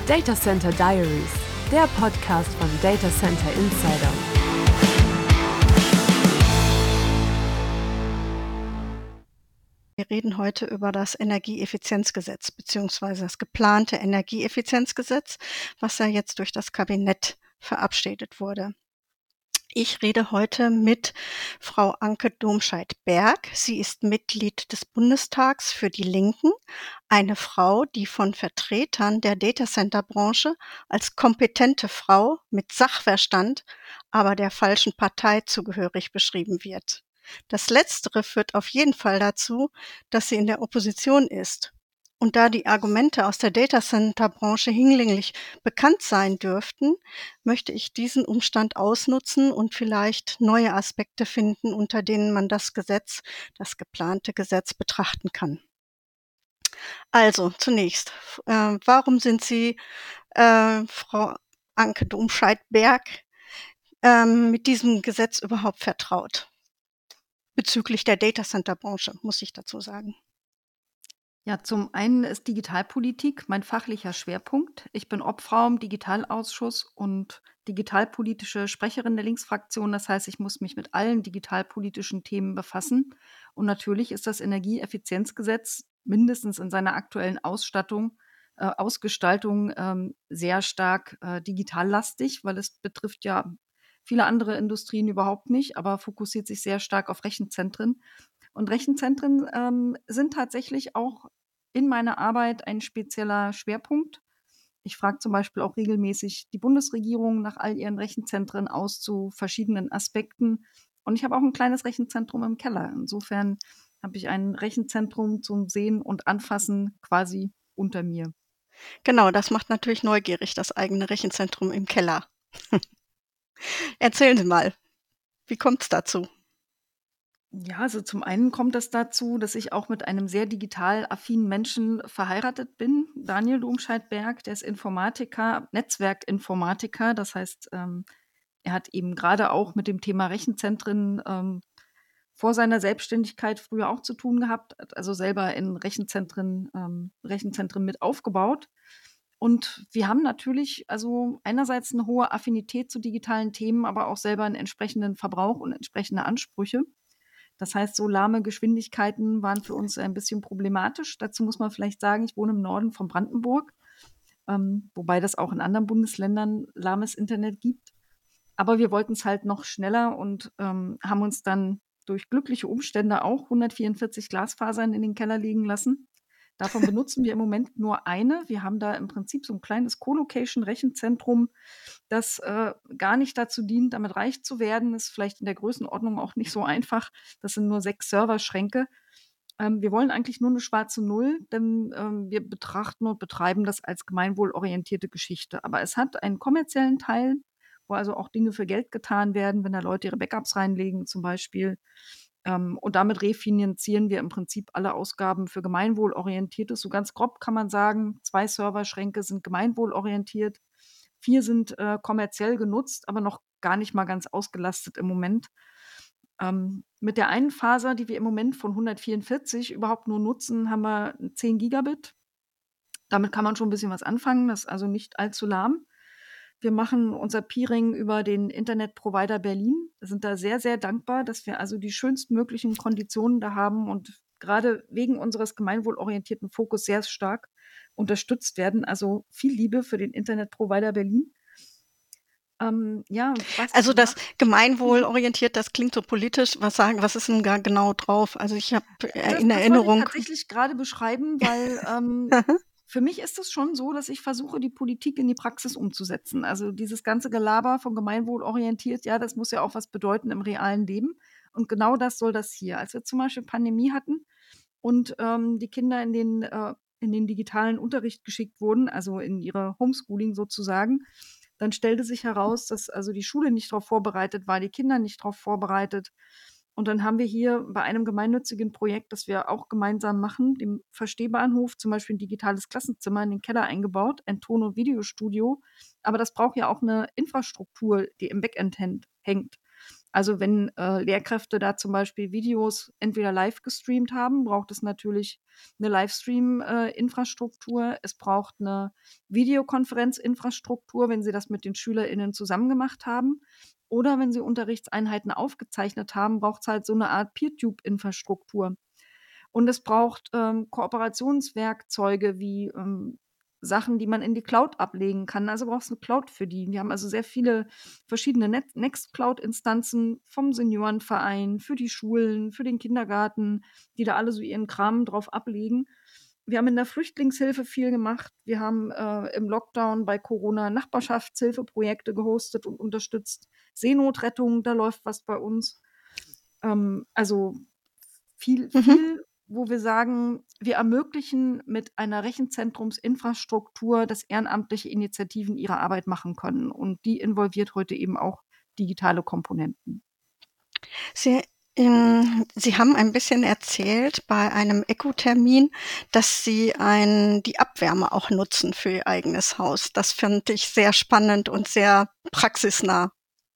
Data Center Diaries, der Podcast von Data Center Insider. Wir reden heute über das Energieeffizienzgesetz bzw. das geplante Energieeffizienzgesetz, was ja jetzt durch das Kabinett verabschiedet wurde. Ich rede heute mit Frau Anke Domscheit-Berg. Sie ist Mitglied des Bundestags für die Linken, eine Frau, die von Vertretern der Datacenter-Branche als kompetente Frau mit Sachverstand, aber der falschen Partei zugehörig beschrieben wird. Das Letztere führt auf jeden Fall dazu, dass sie in der Opposition ist. Und da die Argumente aus der Datacenter-Branche hinlänglich bekannt sein dürften, möchte ich diesen Umstand ausnutzen und vielleicht neue Aspekte finden, unter denen man das geplante Gesetz betrachten kann. Also zunächst, warum sind Sie, Frau Anke Domscheit-Berg, mit diesem Gesetz überhaupt vertraut? Bezüglich der Datacenter-Branche, muss ich dazu sagen. Ja, zum einen ist Digitalpolitik mein fachlicher Schwerpunkt. Ich bin Obfrau im Digitalausschuss und digitalpolitische Sprecherin der Linksfraktion. Das heißt, ich muss mich mit allen digitalpolitischen Themen befassen. Und natürlich ist das Energieeffizienzgesetz mindestens in seiner aktuellen Ausgestaltung sehr stark digitallastig, weil es betrifft ja viele andere Industrien überhaupt nicht, aber fokussiert sich sehr stark auf Rechenzentren. Und Rechenzentren sind tatsächlich auch in meiner Arbeit ein spezieller Schwerpunkt. Ich frage zum Beispiel auch regelmäßig die Bundesregierung nach all ihren Rechenzentren aus zu verschiedenen Aspekten. Und ich habe auch ein kleines Rechenzentrum im Keller. Insofern habe ich ein Rechenzentrum zum Sehen und Anfassen quasi unter mir. Genau, das macht natürlich neugierig, das eigene Rechenzentrum im Keller. Erzählen Sie mal, wie kommt es dazu? Ja, also zum einen kommt es dazu, dass ich auch mit einem sehr digital affinen Menschen verheiratet bin, Daniel Domscheit-Berg, der ist Informatiker, Netzwerkinformatiker. Das heißt, er hat eben gerade auch mit dem Thema Rechenzentren vor seiner Selbstständigkeit früher auch zu tun gehabt, hat also selber in Rechenzentren mit aufgebaut. Und wir haben natürlich also einerseits eine hohe Affinität zu digitalen Themen, aber auch selber einen entsprechenden Verbrauch und entsprechende Ansprüche. Das heißt, so lahme Geschwindigkeiten waren für uns ein bisschen problematisch. Dazu muss man vielleicht sagen, ich wohne im Norden von Brandenburg, wobei das auch in anderen Bundesländern lahmes Internet gibt. Aber wir wollten es halt noch schneller und haben uns dann durch glückliche Umstände auch 144 Glasfasern in den Keller legen lassen. Davon benutzen wir im Moment nur eine. Wir haben da im Prinzip so ein kleines Co-Location-Rechenzentrum, das gar nicht dazu dient, damit reich zu werden. Ist vielleicht in der Größenordnung auch nicht so einfach. Das sind nur 6 Serverschränke. Wir wollen eigentlich nur eine schwarze Null, denn wir betrachten und betreiben das als gemeinwohlorientierte Geschichte. Aber es hat einen kommerziellen Teil, wo also auch Dinge für Geld getan werden, wenn da Leute ihre Backups reinlegen zum Beispiel. Und damit refinanzieren wir im Prinzip alle Ausgaben für gemeinwohlorientiertes. So ganz grob kann man sagen, 2 Serverschränke sind gemeinwohlorientiert, 4 sind kommerziell genutzt, aber noch gar nicht mal ganz ausgelastet im Moment. Mit der einen Faser, die wir im Moment von 144 überhaupt nur nutzen, haben wir 10 Gigabit. Damit kann man schon ein bisschen was anfangen, das ist also nicht allzu lahm. Wir machen unser Peering über den Internetprovider Berlin. Wir sind da sehr, sehr dankbar, dass wir also die schönstmöglichen Konditionen da haben und gerade wegen unseres gemeinwohlorientierten Fokus sehr stark unterstützt werden. Also viel Liebe für den Internetprovider Berlin. Ja, was Also das macht gemeinwohlorientiert, das klingt so politisch. Was ist denn da genau drauf? Also ich habe in das wollte ich Erinnerung. tatsächlich gerade beschreiben, weil für mich ist es schon so, dass ich versuche, die Politik in die Praxis umzusetzen. Also dieses ganze Gelaber von gemeinwohlorientiert, ja, das muss ja auch was bedeuten im realen Leben. Und genau das soll das hier. Als wir zum Beispiel Pandemie hatten und die Kinder in den digitalen Unterricht geschickt wurden, also in ihre Homeschooling sozusagen, dann stellte sich heraus, dass also die Schule nicht darauf vorbereitet war, die Kinder nicht darauf vorbereitet. Und dann haben wir hier bei einem gemeinnützigen Projekt, das wir auch gemeinsam machen, dem Verstehbahnhof, zum Beispiel ein digitales Klassenzimmer in den Keller eingebaut, ein Ton- und Videostudio. Aber das braucht ja auch eine Infrastruktur, die im Backend hängt. Also wenn Lehrkräfte da zum Beispiel Videos entweder live gestreamt haben, braucht es natürlich eine Livestream-Infrastruktur. Es braucht eine Videokonferenzinfrastruktur, wenn sie das mit den SchülerInnen zusammen gemacht haben. Oder wenn sie Unterrichtseinheiten aufgezeichnet haben, braucht es halt so eine Art PeerTube-Infrastruktur. Und es braucht Kooperationswerkzeuge wie Sachen, die man in die Cloud ablegen kann. Also brauchst du eine Cloud für die. Wir haben also sehr viele verschiedene Nextcloud-Instanzen vom Seniorenverein, für die Schulen, für den Kindergarten, die da alle so ihren Kram drauf ablegen. Wir haben in der Flüchtlingshilfe viel gemacht. Wir haben im Lockdown bei Corona Nachbarschaftshilfeprojekte gehostet und unterstützt. Seenotrettung, da läuft was bei uns. Also Mhm. viel, wo wir sagen, wir ermöglichen mit einer Rechenzentrumsinfrastruktur, dass ehrenamtliche Initiativen ihre Arbeit machen können. Und die involviert heute eben auch digitale Komponenten. Sie, Sie haben ein bisschen erzählt bei einem Eco-Termin, dass Sie die Abwärme auch nutzen für Ihr eigenes Haus. Das finde ich sehr spannend und sehr praxisnah.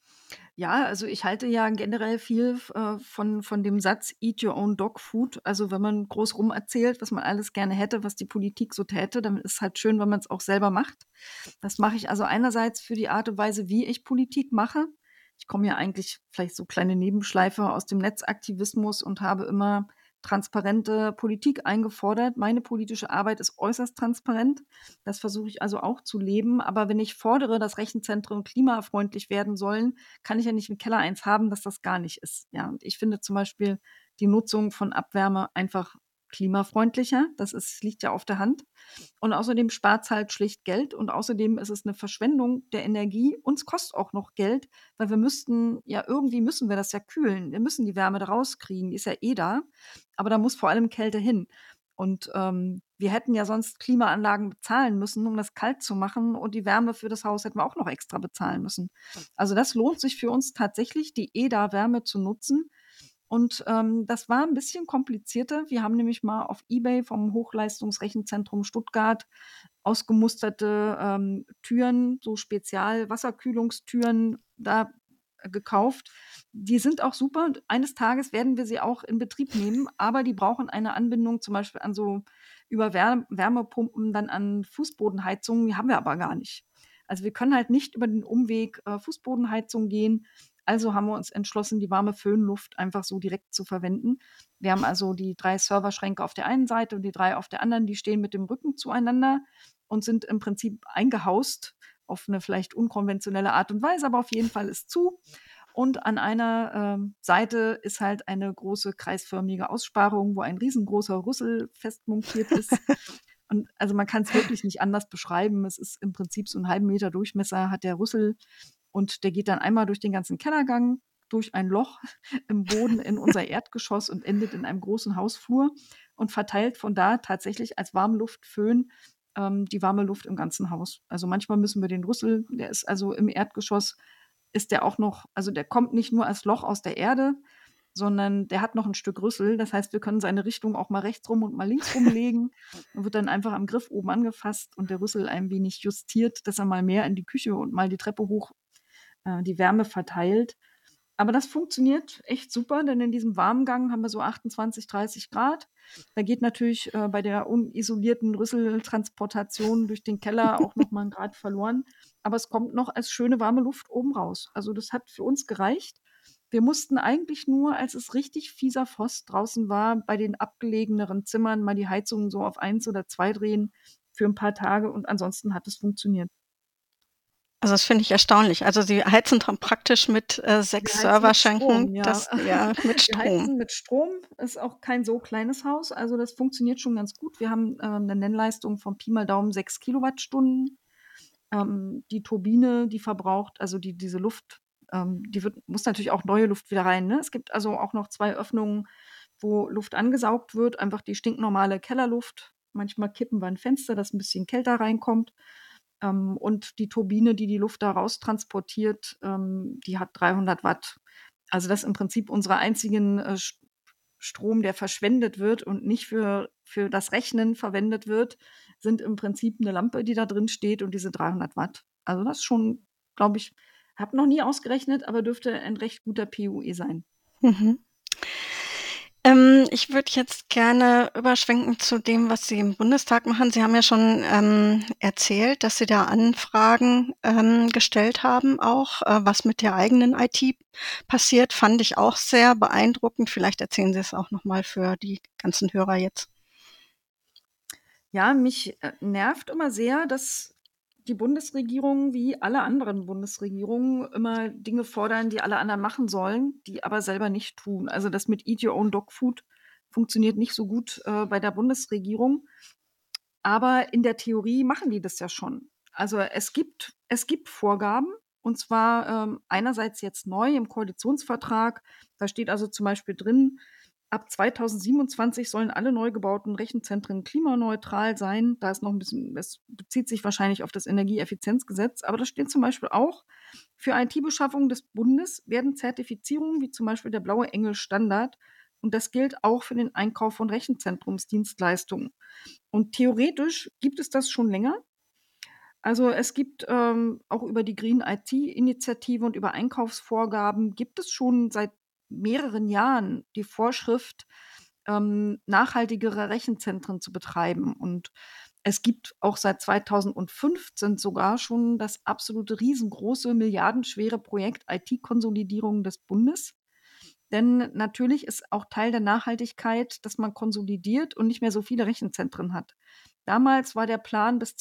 Ja, also ich halte ja generell viel von dem Satz Eat your own dog food. Also wenn man groß rum erzählt, was man alles gerne hätte, was die Politik so täte, dann ist es halt schön, wenn man es auch selber macht. Das mache ich also einerseits für die Art und Weise, wie ich Politik mache. Ich komme ja eigentlich vielleicht so kleine Nebenschleife aus dem Netzaktivismus und habe immer transparente Politik eingefordert. Meine politische Arbeit ist äußerst transparent. Das versuche ich also auch zu leben. Aber wenn ich fordere, dass Rechenzentren klimafreundlich werden sollen, kann ich ja nicht im Keller eins haben, dass das gar nicht ist. Ja, und ich finde zum Beispiel die Nutzung von Abwärme einfach klimafreundlicher. Liegt ja auf der Hand. Und außerdem spart es halt schlicht Geld. Und außerdem ist es eine Verschwendung der Energie. Uns kostet auch noch Geld, weil irgendwie müssen wir das ja kühlen. Wir müssen die Wärme da rauskriegen. Die ist ja eh da. Aber da muss vor allem Kälte hin. Und wir hätten ja sonst Klimaanlagen bezahlen müssen, um das kalt zu machen. Und die Wärme für das Haus hätten wir auch noch extra bezahlen müssen. Also das lohnt sich für uns tatsächlich, die EDA-Wärme zu nutzen. Und das war ein bisschen komplizierter. Wir haben nämlich mal auf eBay vom Hochleistungsrechenzentrum Stuttgart ausgemusterte Türen, so Spezial-Wasserkühlungstüren da gekauft. Die sind auch super und eines Tages werden wir sie auch in Betrieb nehmen, aber die brauchen eine Anbindung zum Beispiel an so über Wärmepumpen dann an Fußbodenheizungen. Die haben wir aber gar nicht. Also wir können halt nicht über den Umweg Fußbodenheizung gehen. Also haben wir uns entschlossen, die warme Föhnluft einfach so direkt zu verwenden. Wir haben also die 3 Serverschränke auf der einen Seite und die 3 auf der anderen, die stehen mit dem Rücken zueinander und sind im Prinzip eingehaust auf eine vielleicht unkonventionelle Art und Weise, aber auf jeden Fall ist zu. Und an einer Seite ist halt eine große kreisförmige Aussparung, wo ein riesengroßer Rüssel festmontiert ist. Und also man kann es wirklich nicht anders beschreiben. Es ist im Prinzip so einen halben Meter Durchmesser hat der Rüssel und der geht dann einmal durch den ganzen Kellergang, durch ein Loch im Boden in unser Erdgeschoss und endet in einem großen Hausflur und verteilt von da tatsächlich als Warmluftföhn die warme Luft im ganzen Haus. Also manchmal müssen wir den Rüssel, der ist also im Erdgeschoss, ist der auch noch, also der kommt nicht nur als Loch aus der Erde, sondern der hat noch ein Stück Rüssel. Das heißt, wir können seine Richtung auch mal rechts rum und mal links rumlegen und wird dann einfach am Griff oben angefasst und der Rüssel ein wenig justiert, dass er mal mehr in die Küche und mal die Treppe hoch die Wärme verteilt. Aber das funktioniert echt super, denn in diesem Warmgang haben wir so 28, 30 Grad. Da geht natürlich bei der unisolierten Rüsseltransportation durch den Keller auch noch mal 1 Grad verloren. Aber es kommt noch als schöne warme Luft oben raus. Also das hat für uns gereicht. Wir mussten eigentlich nur, als es richtig fieser Frost draußen war, bei den abgelegeneren Zimmern mal die Heizung so auf 1 oder 2 drehen für ein paar Tage und ansonsten hat es funktioniert. Also das finde ich erstaunlich. Also Sie heizen dann praktisch mit 6 Wir heizen mit Serverschränken, Strom, ja. mit Wir Strom. heizen mit Strom, ist auch kein so kleines Haus, also das funktioniert schon ganz gut. Wir haben 'ne Nennleistung von Pi mal Daumen 6 Kilowattstunden. Die Turbine, die verbraucht also diese Luft, muss natürlich auch neue Luft wieder rein, ne? Es gibt also auch noch 2 Öffnungen, wo Luft angesaugt wird, einfach die stinknormale Kellerluft. Manchmal kippen wir 'n Fenster, dass 'n bisschen kälter reinkommt. Und die Turbine, die die Luft da raustransportiert, die hat 300 Watt. Also das ist im Prinzip unsere einzigen Strom, der verschwendet wird und nicht für das Rechnen verwendet wird, sind im Prinzip eine Lampe, die da drin steht und diese 300 Watt. Also das ist schon, glaube ich, Habe noch nie ausgerechnet, aber dürfte ein recht guter PUE sein. Mhm. Ich würde jetzt gerne überschwenken zu dem, was Sie im Bundestag machen. Sie haben ja schon erzählt, dass Sie da Anfragen gestellt haben, auch was mit der eigenen IT passiert, fand ich auch sehr beeindruckend. Vielleicht erzählen Sie es auch nochmal für die ganzen Hörer jetzt. Ja, mich nervt immer sehr, dass die Bundesregierung wie alle anderen Bundesregierungen immer Dinge fordern, die alle anderen machen sollen, die aber selber nicht tun. Also das mit Eat Your Own Dog Food funktioniert nicht so gut bei der Bundesregierung. Aber in der Theorie machen die das ja schon. Also es gibt Vorgaben, und zwar einerseits jetzt neu im Koalitionsvertrag. Da steht also zum Beispiel drin, ab 2027 sollen alle neu gebauten Rechenzentren klimaneutral sein. Da ist noch ein bisschen, das bezieht sich wahrscheinlich auf das Energieeffizienzgesetz, aber da steht zum Beispiel auch, für IT-Beschaffung des Bundes werden Zertifizierungen wie zum Beispiel der Blaue Engel Standard, und das gilt auch für den Einkauf von Rechenzentrumsdienstleistungen. Und theoretisch gibt es das schon länger. Also es gibt auch über die Green IT-Initiative und über Einkaufsvorgaben gibt es schon seit mehreren Jahren die Vorschrift, nachhaltigere Rechenzentren zu betreiben. Und es gibt auch seit 2015 sogar schon das absolute riesengroße, milliardenschwere Projekt IT-Konsolidierung des Bundes. Denn natürlich ist auch Teil der Nachhaltigkeit, dass man konsolidiert und nicht mehr so viele Rechenzentren hat. Damals war der Plan bis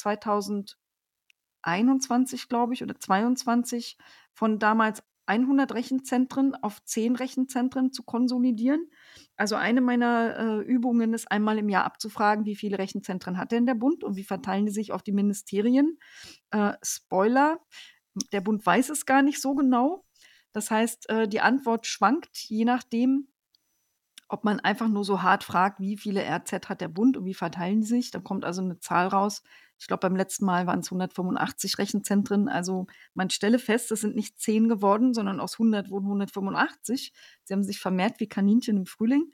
2021, glaube ich, oder 22 von damals 100 Rechenzentren auf 10 Rechenzentren zu konsolidieren. Also eine meiner Übungen ist einmal im Jahr abzufragen, wie viele Rechenzentren hat denn der Bund und wie verteilen die sich auf die Ministerien. Spoiler, der Bund weiß es gar nicht so genau. Das heißt, die Antwort schwankt, je nachdem, ob man einfach nur so hart fragt, wie viele RZ hat der Bund und wie verteilen die sich. Dann kommt also eine Zahl raus. Ich glaube, beim letzten Mal waren es 185 Rechenzentren. Also man stelle fest, es sind nicht 10 geworden, sondern aus 100 wurden 185. Sie haben sich vermehrt wie Kaninchen im Frühling.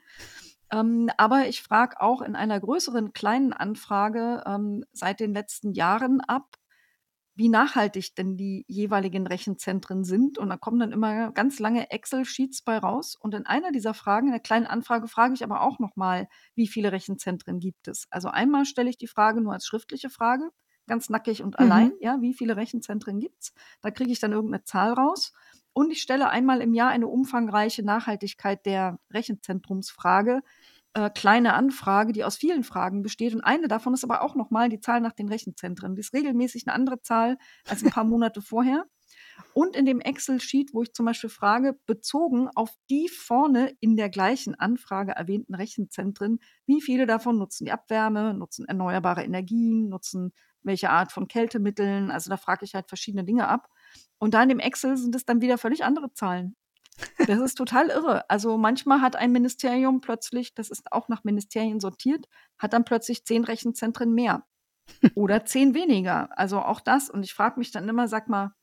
Aber ich frage auch in einer größeren kleinen Anfrage seit den letzten Jahren ab, wie nachhaltig denn die jeweiligen Rechenzentren sind. Und da kommen dann immer ganz lange Excel-Sheets bei raus. Und in einer dieser Fragen, in der kleinen Anfrage, frage ich aber auch nochmal, wie viele Rechenzentren gibt es? Also einmal stelle ich die Frage nur als schriftliche Frage, ganz nackig und allein, ja, wie viele Rechenzentren gibt's? Da kriege ich dann irgendeine Zahl raus. Und ich stelle einmal im Jahr eine umfangreiche Nachhaltigkeit der Rechenzentrumsfrage, kleine Anfrage, die aus vielen Fragen besteht. Und eine davon ist aber auch nochmal die Zahl nach den Rechenzentren. Die ist regelmäßig eine andere Zahl als ein paar Monate vorher. Und in dem Excel-Sheet, wo ich zum Beispiel frage, bezogen auf die vorne in der gleichen Anfrage erwähnten Rechenzentren, wie viele davon nutzen die Abwärme, nutzen erneuerbare Energien, nutzen welche Art von Kältemitteln. Also da frage ich halt verschiedene Dinge ab. Und da in dem Excel sind es dann wieder völlig andere Zahlen. Das ist total irre. Also manchmal hat ein Ministerium plötzlich, das ist auch nach Ministerien sortiert, hat dann plötzlich 10 Rechenzentren mehr oder 10 weniger. Also auch das. Und ich frage mich dann immer, sag mal,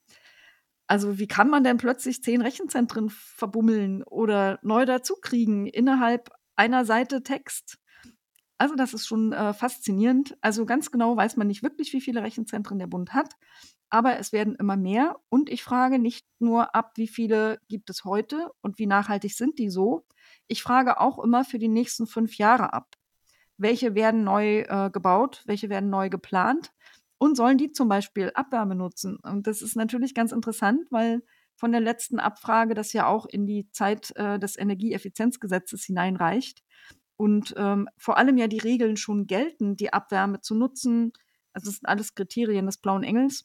also wie kann man denn plötzlich 10 Rechenzentren verbummeln oder neu dazukriegen innerhalb einer Seite Text? Also das ist schon faszinierend. Also ganz genau weiß man nicht wirklich, wie viele Rechenzentren der Bund hat, aber es werden immer mehr. Und ich frage nicht nur ab, wie viele gibt es heute und wie nachhaltig sind die so. Ich frage auch immer für die nächsten 5 Jahre ab. Welche werden neu gebaut, welche werden neu geplant und sollen die zum Beispiel Abwärme nutzen? Und das ist natürlich ganz interessant, weil von der letzten Abfrage das ja auch in die Zeit des Energieeffizienzgesetzes hineinreicht und vor allem ja die Regeln schon gelten, die Abwärme zu nutzen. Also das sind alles Kriterien des Blauen Engels.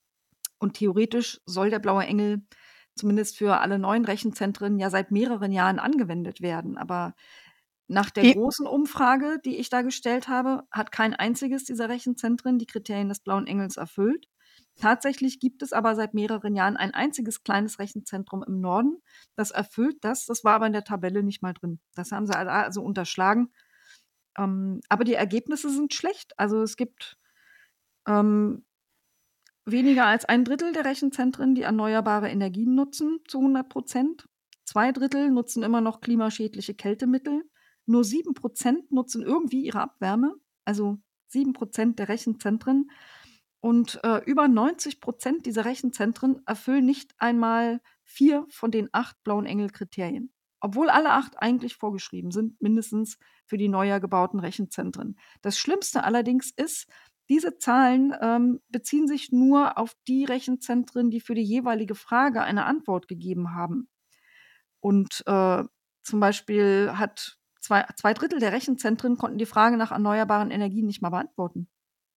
Und theoretisch soll der Blaue Engel zumindest für alle neuen Rechenzentren ja seit mehreren Jahren angewendet werden. Aber nach der Wie, großen Umfrage, die ich da gestellt habe, hat kein einziges dieser Rechenzentren die Kriterien des Blauen Engels erfüllt. Tatsächlich gibt es aber seit mehreren Jahren ein einziges kleines Rechenzentrum im Norden, das erfüllt das. Das war aber in der Tabelle nicht mal drin. Das haben sie also unterschlagen. Aber die Ergebnisse sind schlecht. Also es gibt weniger als 1/3 der Rechenzentren, die erneuerbare Energien nutzen, zu 100%. 2/3 nutzen immer noch klimaschädliche Kältemittel. Nur 7% nutzen irgendwie ihre Abwärme, also 7% der Rechenzentren. Und über 90% dieser Rechenzentren erfüllen nicht einmal 4 von den 8 blauen Engel-Kriterien. Obwohl alle 8 eigentlich vorgeschrieben sind, mindestens für die neuer gebauten Rechenzentren. Das Schlimmste allerdings ist, diese Zahlen beziehen sich nur auf die Rechenzentren, die für die jeweilige Frage eine Antwort gegeben haben. Und zum Beispiel hat zwei Drittel der Rechenzentren konnten die Frage nach erneuerbaren Energien nicht mal beantworten.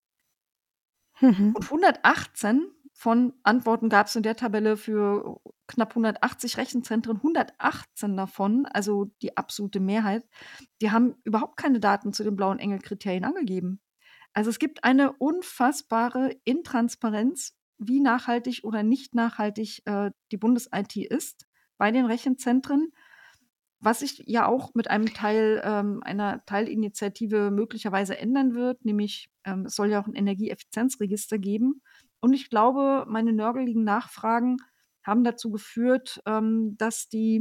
Mhm. Und 118 von Antworten gab es in der Tabelle für knapp 180 Rechenzentren. 118 davon, also die absolute Mehrheit, die haben überhaupt keine Daten zu den blauen Engel-Kriterien angegeben. Also es gibt eine unfassbare Intransparenz, wie nachhaltig oder nicht nachhaltig die Bundes-IT ist bei den Rechenzentren, was sich ja auch mit einem Teil einer Teilinitiative möglicherweise ändern wird, nämlich es soll ja auch ein Energieeffizienzregister geben. Und ich glaube, meine nörgeligen Nachfragen haben dazu geführt, dass die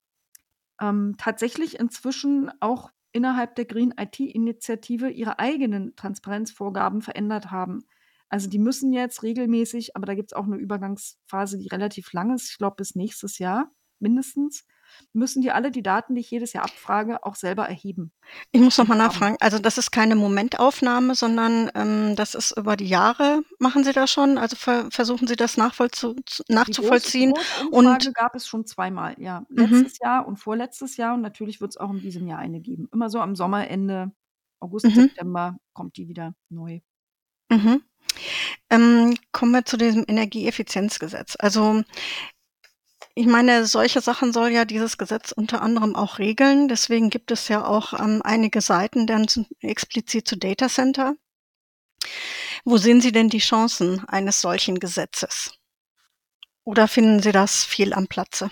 tatsächlich inzwischen auch innerhalb der Green IT-Initiative ihre eigenen Transparenzvorgaben verändert haben. Also die müssen jetzt regelmäßig, aber da gibt es auch eine Übergangsphase, die relativ lang ist, ich glaube bis nächstes Jahr mindestens, müssen die alle die Daten, die ich jedes Jahr abfrage, auch selber erheben Ich muss noch und mal haben. nachfragen. Also das ist keine Momentaufnahme, sondern das ist über die Jahre, machen Sie das schon? Also versuchen Sie das Die nachzuvollziehen? große Und Umfrage gab es schon zweimal, ja. mhm, Letztes Jahr und vorletztes Jahr und natürlich wird es auch in diesem Jahr eine geben. Immer so am Sommerende, August, mhm, September kommt die wieder neu. mhm. Kommen wir zu diesem Energieeffizienzgesetz. Also ich meine, solche Sachen soll ja dieses Gesetz unter anderem auch regeln. Deswegen gibt es ja auch einige Seiten dann explizit zu Data Center. Wo sehen Sie denn die Chancen eines solchen Gesetzes? Oder finden Sie das fehl am Platze?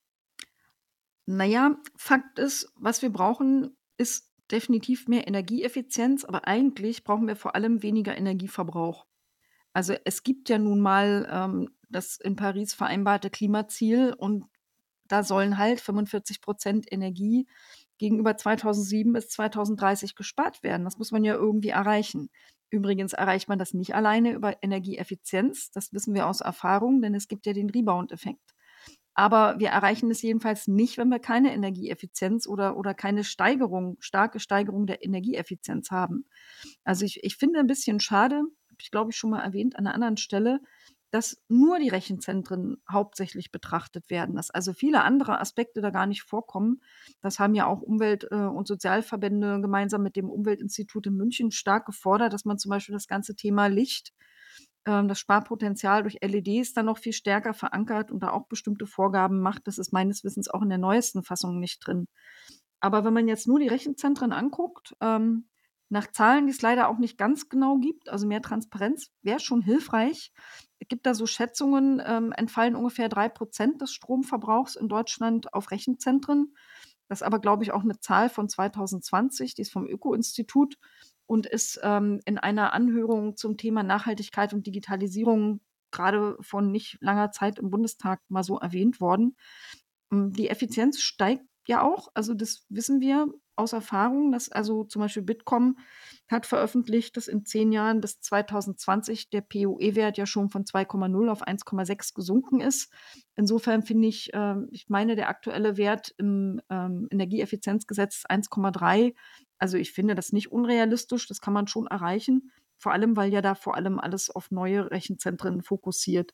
Na ja, Fakt ist, was wir brauchen, ist definitiv mehr Energieeffizienz, aber eigentlich brauchen wir vor allem weniger Energieverbrauch. Also, es gibt ja nun mal das in Paris vereinbarte Klimaziel und da sollen halt 45% Energie gegenüber 2007 bis 2030 gespart werden. Das muss man ja irgendwie erreichen. Übrigens erreicht man das nicht alleine über Energieeffizienz. Das wissen wir aus Erfahrung, denn es gibt ja den Rebound-Effekt. Aber wir erreichen es jedenfalls nicht, wenn wir keine Energieeffizienz oder keine starke Steigerung der Energieeffizienz haben. Also ich finde ein bisschen schade, habe ich glaube ich schon mal erwähnt an einer anderen Stelle, dass nur die Rechenzentren hauptsächlich betrachtet werden, dass also viele andere Aspekte da gar nicht vorkommen. Das haben ja auch Umwelt und Sozialverbände gemeinsam mit dem Umweltinstitut in München stark gefordert, dass man zum Beispiel das ganze Thema Licht, das Sparpotenzial durch LEDs dann noch viel stärker verankert und da auch bestimmte Vorgaben macht. Das ist meines Wissens auch in der neuesten Fassung nicht drin. Aber wenn man jetzt nur die Rechenzentren anguckt, nach Zahlen, die es leider auch nicht ganz genau gibt, also mehr Transparenz wäre schon hilfreich. Es gibt da so Schätzungen, entfallen ungefähr 3% des Stromverbrauchs in Deutschland auf Rechenzentren. Das ist aber, glaube ich, auch eine Zahl von 2020, die ist vom Öko-Institut und ist in einer Anhörung zum Thema Nachhaltigkeit und Digitalisierung gerade vor nicht langer Zeit im Bundestag mal so erwähnt worden. Die Effizienz steigt ja auch, also das wissen wir aus Erfahrung, dass also zum Beispiel Bitkom hat veröffentlicht, dass in 10 Jahren bis 2020 der PUE-Wert ja schon von 2,0 auf 1,6 gesunken ist. Insofern finde ich meine, der aktuelle Wert im Energieeffizienzgesetz ist 1,3. Also ich finde das nicht unrealistisch, das kann man schon erreichen, vor allem, weil ja da vor allem alles auf neue Rechenzentren fokussiert.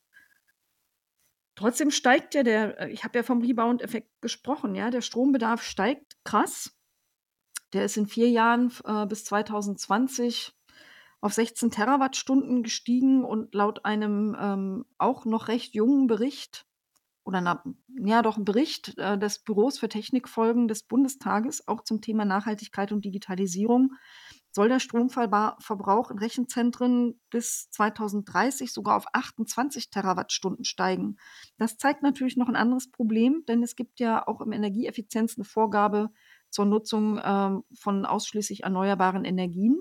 Trotzdem steigt ja ich habe ja vom Rebound-Effekt gesprochen, ja, der Strombedarf steigt krass. Der ist in 4 Jahren bis 2020 auf 16 Terawattstunden gestiegen und laut einem auch noch recht jungen Bericht oder ja doch 'n Bericht des Büros für Technikfolgen des Bundestages, auch zum Thema Nachhaltigkeit und Digitalisierung, soll der Stromverbrauch in Rechenzentren bis 2030 sogar auf 28 Terawattstunden steigen. Das zeigt natürlich noch ein anderes Problem, denn es gibt ja auch im Energieeffizienz eine Vorgabe zur Nutzung von ausschließlich erneuerbaren Energien.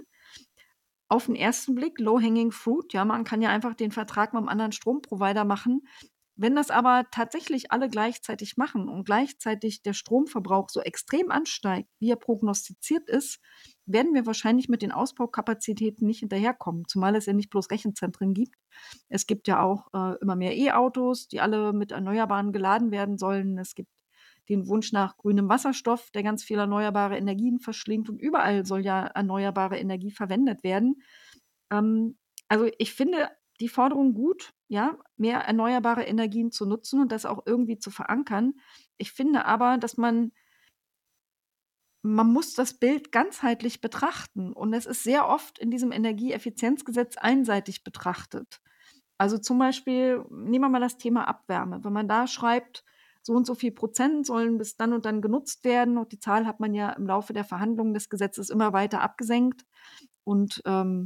Auf den ersten Blick Low-hanging fruit, ja, man kann ja einfach den Vertrag mit 'm anderen Stromprovider machen. Wenn das aber tatsächlich alle gleichzeitig machen und gleichzeitig der Stromverbrauch so extrem ansteigt, wie er prognostiziert ist, werden wir wahrscheinlich mit den Ausbaukapazitäten nicht hinterherkommen, zumal es ja nicht bloß Rechenzentren gibt. Es gibt ja auch immer mehr E-Autos, die alle mit Erneuerbaren geladen werden sollen. Es gibt den Wunsch nach grünem Wasserstoff, der ganz viel erneuerbare Energien verschlingt, und überall soll ja erneuerbare Energie verwendet werden. Also ich finde die Forderung gut, ja, mehr erneuerbare Energien zu nutzen und das auch irgendwie zu verankern. Ich finde aber, dass man muss das Bild ganzheitlich betrachten, und es ist sehr oft in diesem Energieeffizienzgesetz einseitig betrachtet. Also zum Beispiel, nehmen wir mal das Thema Abwärme. Wenn man da schreibt, so und so viel Prozent sollen bis dann und dann genutzt werden, und die Zahl hat man ja im Laufe der Verhandlungen des Gesetzes immer weiter abgesenkt, und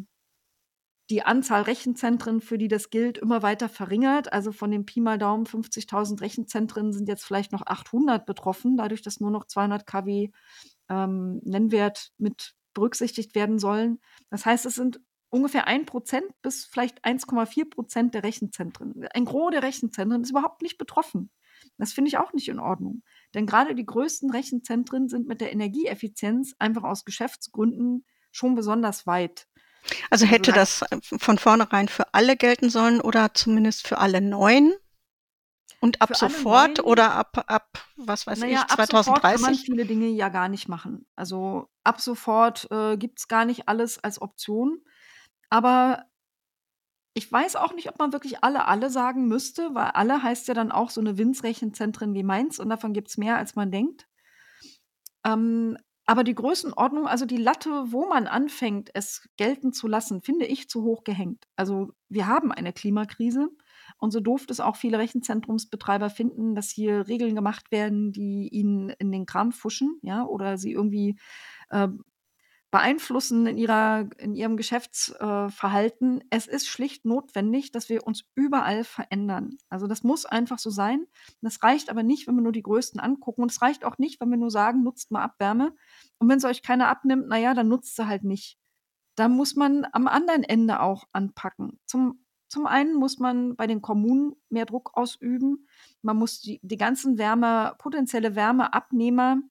die Anzahl Rechenzentren, für die das gilt, immer weiter verringert. Also von den Pi mal Daumen 50.000 Rechenzentren sind jetzt vielleicht noch 800 betroffen, dadurch, dass nur noch 200 kW Nennwert mit berücksichtigt werden sollen. Das heißt, es sind ungefähr 1% bis vielleicht 1,4% der Rechenzentren. Ein Gros der Rechenzentren ist überhaupt nicht betroffen. Das finde ich auch nicht in Ordnung. Denn gerade die größten Rechenzentren sind mit der Energieeffizienz einfach aus Geschäftsgründen schon besonders weit. Also Also hätte da das von vornherein für alle gelten sollen oder zumindest für alle neuen? Und ab für alle sofort neuen, oder ab, was weiß naja, ich, ab sofort kann man 2030? viele Dinge ja gar nicht machen. Also ab sofort gibt es gar nicht alles als Option. Aber ich weiß auch nicht, ob man wirklich alle sagen müsste, weil alle heißt ja dann auch so eine Winzrechenzentren wie Mainz, und davon gibt es mehr, als man denkt. Ähm, aber die Größenordnung, also die Latte, wo man anfängt, es gelten zu lassen, finde ich zu hoch gehängt. Also wir haben eine Klimakrise, und so doof es auch viele Rechenzentrumsbetreiber finden, dass hier Regeln gemacht werden, die ihnen in den Kram pfuschen, ja, oder sie irgendwie äh, beeinflussen in ihrem Geschäftsverhalten. Es ist schlicht notwendig, dass wir uns überall verändern. Also das muss einfach so sein. Das reicht aber nicht, wenn wir nur die Größten angucken. Und es reicht auch nicht, wenn wir nur sagen, nutzt mal Abwärme. Und wenn sie euch keiner abnimmt, naja, dann nutzt sie halt nicht. Da muss man am anderen Ende auch anpacken. Zum einen muss man bei den Kommunen mehr Druck ausüben. Man muss die ganzen potenzielle Wärmeabnehmer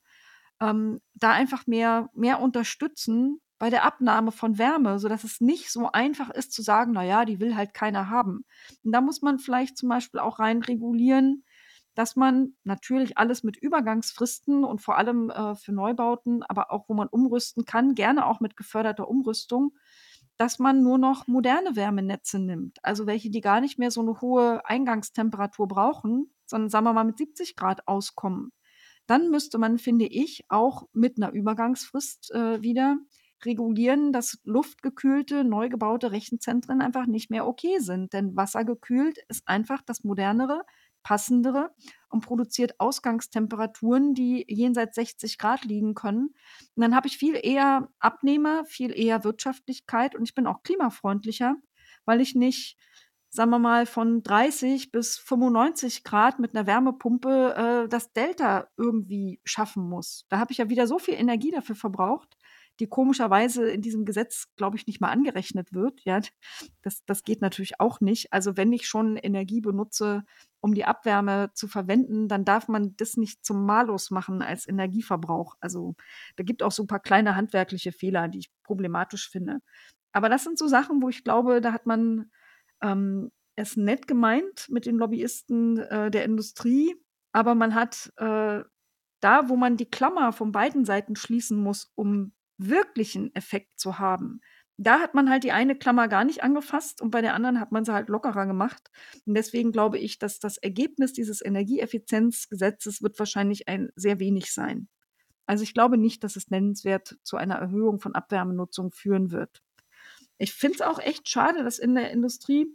da einfach mehr unterstützen bei der Abnahme von Wärme, sodass es nicht so einfach ist zu sagen, na ja, die will halt keiner haben. Und da muss man vielleicht zum Beispiel auch rein regulieren, dass man natürlich alles mit Übergangsfristen und vor allem für Neubauten, aber auch wo man umrüsten kann, gerne auch mit geförderter Umrüstung, dass man nur noch moderne Wärmenetze nimmt. Also welche, die gar nicht mehr so eine hohe Eingangstemperatur brauchen, sondern sagen wir mal mit 70 Grad auskommen. Dann müsste man, finde ich, auch mit einer Übergangsfrist wieder regulieren, dass luftgekühlte, neu gebaute Rechenzentren einfach nicht mehr okay sind. Denn wassergekühlt ist einfach das modernere, passendere und produziert Ausgangstemperaturen, die jenseits 60 Grad liegen können. Und dann habe ich viel eher Abnehmer, viel eher Wirtschaftlichkeit, und ich bin auch klimafreundlicher, weil ich nicht, sagen wir mal, von 30 bis 95 Grad mit einer Wärmepumpe das Delta irgendwie schaffen muss. Da habe ich ja wieder so viel Energie dafür verbraucht, die komischerweise in diesem Gesetz, glaube ich, nicht mal angerechnet wird. Ja, das geht natürlich auch nicht. Also wenn ich schon Energie benutze, um die Abwärme zu verwenden, dann darf man das nicht zum Malus machen als Energieverbrauch. Also da gibt auch so ein paar kleine handwerkliche Fehler, die ich problematisch finde. Aber das sind so Sachen, wo ich glaube, da hat man es nett gemeint mit den Lobbyisten der Industrie, aber man hat da, wo man die Klammer von beiden Seiten schließen muss, um wirklichen Effekt zu haben, da hat man halt die eine Klammer gar nicht angefasst, und bei der anderen hat man sie halt lockerer gemacht. Und deswegen glaube ich, dass das Ergebnis dieses Energieeffizienzgesetzes wird wahrscheinlich ein sehr wenig sein. Also ich glaube nicht, dass es nennenswert zu einer Erhöhung von Abwärmenutzung führen wird. Ich finde es auch echt schade, dass in der Industrie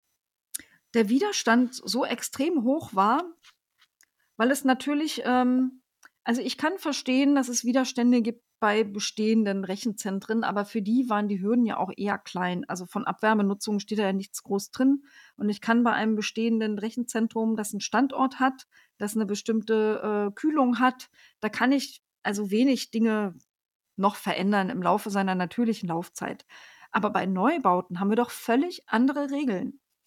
der Widerstand so extrem hoch war, weil es natürlich, also ich kann verstehen, dass es Widerstände gibt bei bestehenden Rechenzentren, aber für die waren die Hürden ja auch eher klein. Also von Abwärmenutzung steht da ja nichts groß drin. Und ich kann bei einem bestehenden Rechenzentrum, das einen Standort hat, das eine bestimmte Kühlung hat, da kann ich also wenig Dinge noch verändern im Laufe seiner natürlichen Laufzeit. Aber bei Neubauten haben wir doch völlig andere Regeln.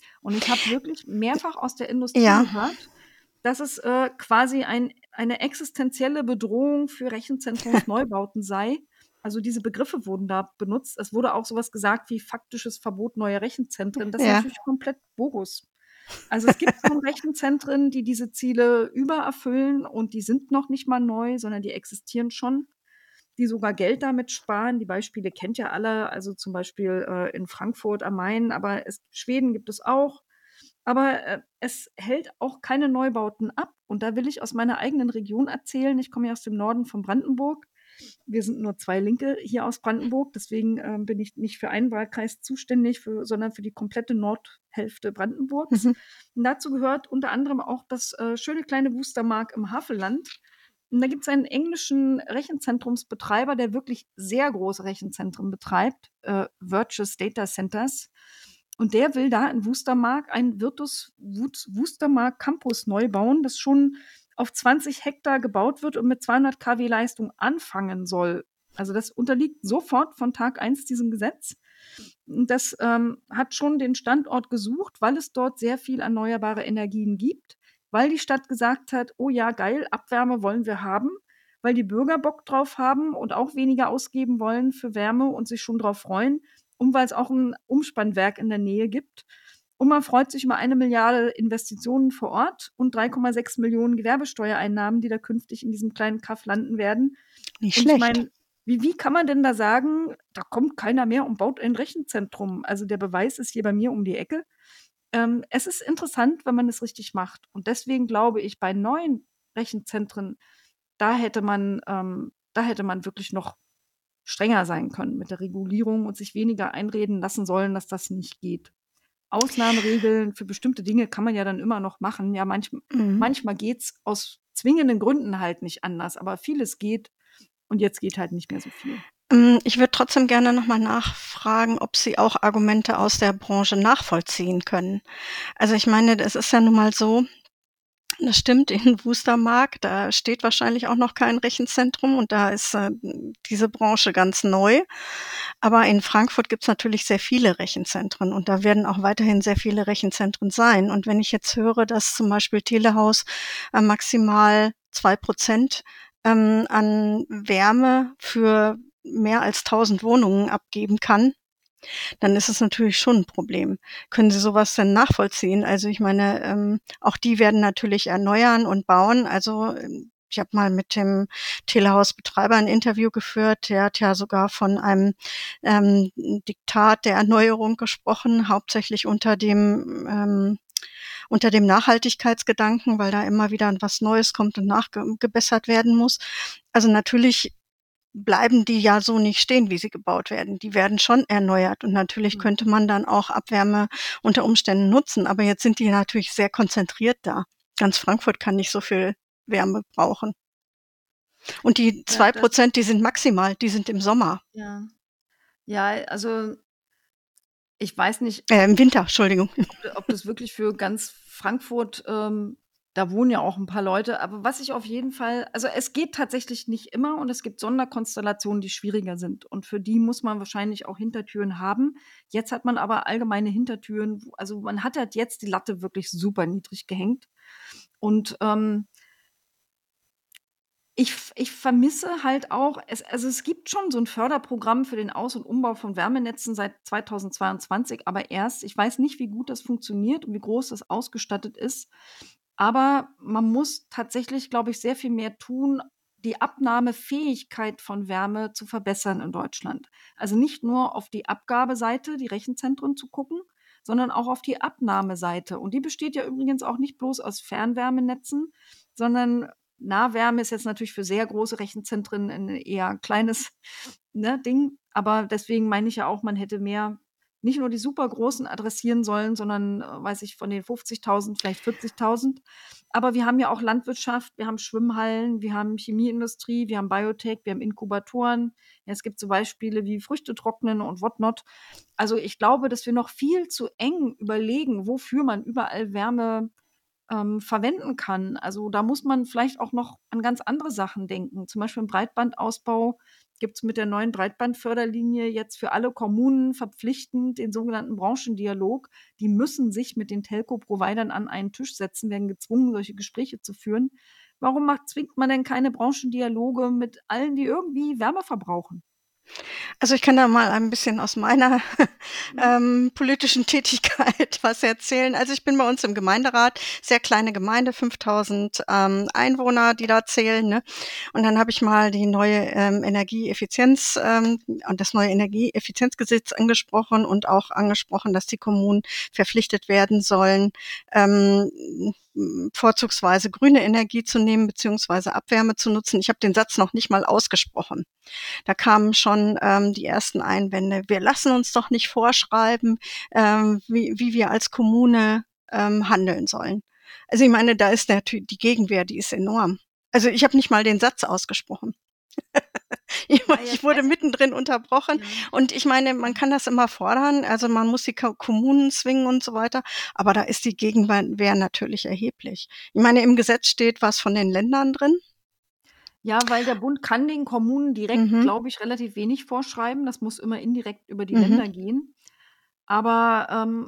Und ich habe wirklich mehrfach aus der Industrie Ja. gehört, dass es quasi eine existenzielle Bedrohung für Rechenzentrumsneubauten sei. Also diese Begriffe wurden da benutzt. Es wurde auch sowas gesagt wie faktisches Verbot neuer Rechenzentren. Das ist Ja. natürlich komplett Bogus. Also es gibt schon Rechenzentren, die diese Ziele übererfüllen und die sind noch nicht mal neu, sondern die existieren schon, die sogar Geld damit sparen. Die Beispiele kennt ja alle, also zum Beispiel in Frankfurt am Main, aber Schweden gibt es auch. Aber es hält auch keine Neubauten ab. Und da will ich aus meiner eigenen Region erzählen. Ich komme ja aus dem Norden von Brandenburg. Wir sind nur 2 Linke hier aus Brandenburg. Deswegen bin ich nicht für einen Wahlkreis zuständig, sondern für die komplette Nordhälfte Brandenburgs. Mhm. Und dazu gehört unter anderem auch das schöne kleine Wustermark im Havelland. Und da gibt es einen englischen Rechenzentrumsbetreiber, der wirklich sehr große Rechenzentren betreibt, Virtuous Data Centers. Und der will da in Wustermark einen Wustermark Campus neu bauen, das schon auf 20 Hektar gebaut wird und mit 200 kW Leistung anfangen soll. Also das unterliegt sofort von Tag 1 diesem Gesetz. Und das hat schon den Standort gesucht, weil es dort sehr viel erneuerbare Energien gibt, weil die Stadt gesagt hat, oh ja, geil, Abwärme wollen wir haben, weil die Bürger Bock drauf haben und auch weniger ausgeben wollen für Wärme und sich schon drauf freuen, und weil es auch ein Umspannwerk in der Nähe gibt. Und man freut sich über 1 Milliarde Investitionen vor Ort und 3,6 Millionen Gewerbesteuereinnahmen, die da künftig in diesem kleinen Kaff landen werden. Nicht Und ich schlecht. meine, wie kann man denn da sagen, da kommt keiner mehr und baut ein Rechenzentrum? Also der Beweis ist hier bei mir um die Ecke. Es ist interessant, wenn man es richtig macht. Und deswegen glaube ich, bei neuen Rechenzentren, da hätte man wirklich noch strenger sein können mit der Regulierung und sich weniger einreden lassen sollen, dass das nicht geht. Ausnahmeregeln für bestimmte Dinge kann man ja dann immer noch machen. Ja, Mhm. manchmal geht's aus zwingenden Gründen halt nicht anders, aber vieles geht und jetzt geht halt nicht mehr so viel. Ich würde trotzdem gerne noch mal nachfragen, ob Sie auch Argumente aus der Branche nachvollziehen können. Also, ich meine, es ist ja nun mal so, das stimmt, in Wustermark, da steht wahrscheinlich auch noch kein Rechenzentrum und da ist, diese Branche ganz neu. Aber in Frankfurt gibt's natürlich sehr viele Rechenzentren und da werden auch weiterhin sehr viele Rechenzentren sein. Und wenn ich jetzt höre, dass zum Beispiel Telehaus, maximal 2% an Wärme für mehr als 1.000 Wohnungen abgeben kann, dann ist es natürlich schon ein Problem. Können Sie sowas denn nachvollziehen? Also, ich meine, auch die werden natürlich erneuern und bauen. Also, ich habe mal mit dem Telehausbetreiber ein Interview geführt. Der hat ja sogar von einem, Diktat der Erneuerung gesprochen, hauptsächlich unter dem Nachhaltigkeitsgedanken, weil da immer wieder was Neues kommt und nachgebessert werden muss. Also, natürlich bleiben die ja so nicht stehen, wie sie gebaut werden. Die werden schon erneuert und natürlich könnte man dann auch Abwärme unter Umständen nutzen, aber jetzt sind die natürlich sehr konzentriert da. Ganz Frankfurt kann nicht so viel Wärme brauchen. Und die Ja, 2%, die sind maximal, die sind im Sommer. ja. Ja, also ich weiß nicht, Im Winter, Entschuldigung. ob das wirklich für ganz Frankfurt, da wohnen ja auch ein paar Leute, aber was ich auf jeden Fall, also es geht tatsächlich nicht immer und es gibt Sonderkonstellationen, die schwieriger sind und für die muss man wahrscheinlich auch Hintertüren haben. Jetzt hat man aber allgemeine Hintertüren, also man hat halt jetzt die Latte wirklich super niedrig gehängt und ich vermisse halt auch, es gibt schon so ein Förderprogramm für den Aus- und Umbau von Wärmenetzen seit 2022, aber erst. Ich weiß nicht, wie gut das funktioniert und wie groß das ausgestattet ist, aber man muss tatsächlich, glaube ich, sehr viel mehr tun, die Abnahmefähigkeit von Wärme zu verbessern in Deutschland. Also, nicht nur auf die Abgabeseite, die Rechenzentren zu gucken, sondern auch auf die Abnahmeseite. Und die besteht ja übrigens auch nicht bloß aus Fernwärmenetzen, sondern Nahwärme ist jetzt natürlich für sehr große Rechenzentren ein eher kleines, ne, Ding. Aber deswegen meine ich ja auch, man hätte mehr nicht nur die super großen adressieren sollen, sondern, weiß ich, von den 50.000 vielleicht 40.000. Aber wir haben ja auch Landwirtschaft, wir haben Schwimmhallen, wir haben Chemieindustrie, wir haben Biotech, wir haben Inkubatoren. Ja, es gibt so Beispiele wie Früchte trocknen und whatnot. Also, ich glaube, dass wir noch viel zu eng überlegen, wofür man überall Wärme verwenden kann. Also, da muss man vielleicht auch noch an ganz andere Sachen denken, zum Beispiel im Breitbandausbau. gibt es mit der neuen Breitbandförderlinie jetzt für alle Kommunen verpflichtend den sogenannten Branchendialog. Die müssen sich mit den Telco-Providern an einen Tisch setzen, werden gezwungen, solche Gespräche zu führen. Warum zwingt man denn keine Branchendialoge mit allen, die irgendwie Wärme verbrauchen? Also, ich kann da mal ein bisschen aus meiner, Mhm. politischen Tätigkeit was erzählen. Also, ich bin bei uns im Gemeinderat, sehr kleine Gemeinde, 5.000, Einwohner, die da zählen, ne? Und dann habe ich mal die neue, Energieeffizienz, und das neue Energieeffizienzgesetz angesprochen und auch angesprochen, dass die Kommunen verpflichtet werden sollen, ähm, vorzugsweise grüne Energie zu nehmen beziehungsweise Abwärme zu nutzen. Ich habe den Satz noch nicht mal ausgesprochen. Da kamen schon die ersten Einwände. Wir lassen uns doch nicht vorschreiben, wie wir als Kommune handeln sollen. Also ich meine, da ist natürlich die Gegenwehr, die ist enorm. Also ich habe nicht mal den Satz ausgesprochen. Ja, ja, Ich wurde mittendrin unterbrochen ja. und ich meine, man kann das immer fordern, also man muss die Kommunen zwingen und so weiter, aber da ist die Gegenwehr natürlich erheblich. Ich meine, im Gesetz steht was von den Ländern drin. Ja, weil der Bund kann den Kommunen direkt, Mhm, glaube ich, relativ wenig vorschreiben. Das muss immer indirekt über die mhm, Länder gehen. Aber,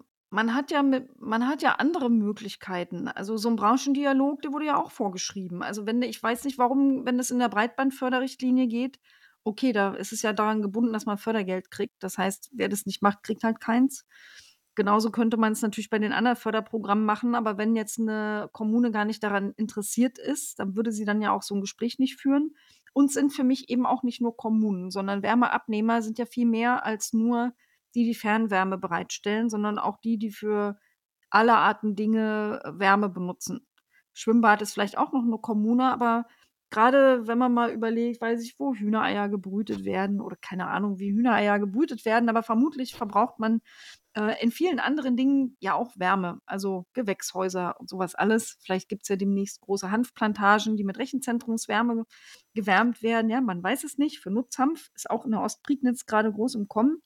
man hat ja andere Möglichkeiten. Also, so 'n Branchendialog, der wurde ja auch vorgeschrieben. Also, ich weiß nicht, warum, wenn das in der Breitbandförderrichtlinie geht, okay, da ist es ja daran gebunden, dass man Fördergeld kriegt. Das heißt, wer das nicht macht, kriegt halt keins. Genauso könnte man's natürlich bei den anderen Förderprogrammen machen, aber wenn jetzt 'ne Kommune gar nicht daran interessiert ist, dann würde sie dann ja auch so 'n Gespräch nicht führen. Und sind für mich eben auch nicht nur Kommunen, sondern Wärmeabnehmer sind ja viel mehr als nur die Fernwärme bereitstellen, sondern auch die, die für alle Arten Dinge Wärme benutzen. Schwimmbad ist vielleicht auch noch 'ne Kommune, aber grade wenn man mal überlegt, weiß ich, wo Hühnereier gebrütet werden oder keine Ahnung, wie Hühnereier gebrütet werden, aber vermutlich verbraucht man, in vielen anderen Dingen ja auch Wärme, also Gewächshäuser und so was alles. Vielleicht gibt's ja demnächst große Hanfplantagen, die mit Rechenzentrumswärme gewärmt werden. Ja, man weiß es nicht. Für Nutzhanf ist auch in der Ostprignitz grade groß im Kommen.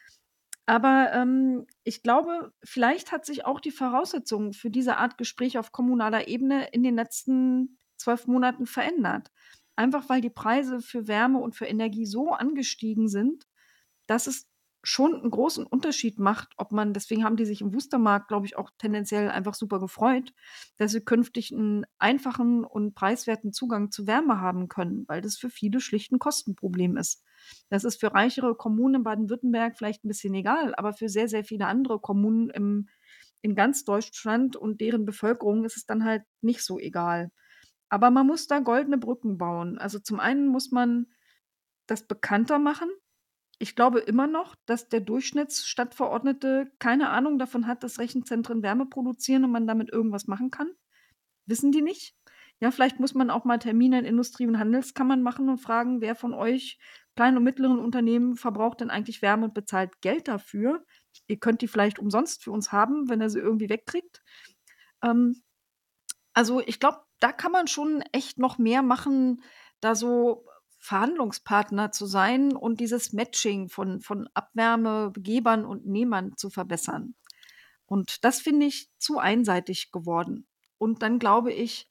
Aber, ich glaube, vielleicht hat sich auch die Voraussetzung für diese Art Gespräch auf kommunaler Ebene in den letzten 12 Monaten verändert. Einfach weil die Preise für Wärme und für Energie so angestiegen sind, dass es schon 'n großen Unterschied macht, ob man deswegen haben die sich im Wustermarkt, glaube ich, auch tendenziell einfach super gefreut, dass sie künftig 'n einfachen und preiswerten Zugang zu Wärme haben können, weil das für viele schlicht 'n Kostenproblem ist. Das ist für reichere Kommunen in Baden-Württemberg vielleicht 'n bisschen egal, aber für sehr, sehr viele andere Kommunen in ganz Deutschland und deren Bevölkerung ist es dann halt nicht so egal. Aber man muss da goldene Brücken bauen. Also, zum einen muss man das bekannter machen. Ich glaube immer noch, dass der Durchschnittsstadtverordnete keine Ahnung davon hat, dass Rechenzentren Wärme produzieren und man damit irgendwas machen kann. Wissen die nicht? Ja, vielleicht muss man auch mal Termine in Industrie und Handelskammern machen und fragen: „Wer von euch kleinen und mittleren Unternehmen verbraucht denn eigentlich Wärme und bezahlt Geld dafür? Ihr könnt die vielleicht umsonst für uns haben, wenn ihr sie irgendwie wegkriegt.“ Ähm, also, ich glaube, da kann man schon echt noch mehr machen, da so Verhandlungspartner zu sein und dieses Matching von Abwärmegebern und Nehmern zu verbessern. Und das finde ich zu einseitig geworden. Und dann glaube ich,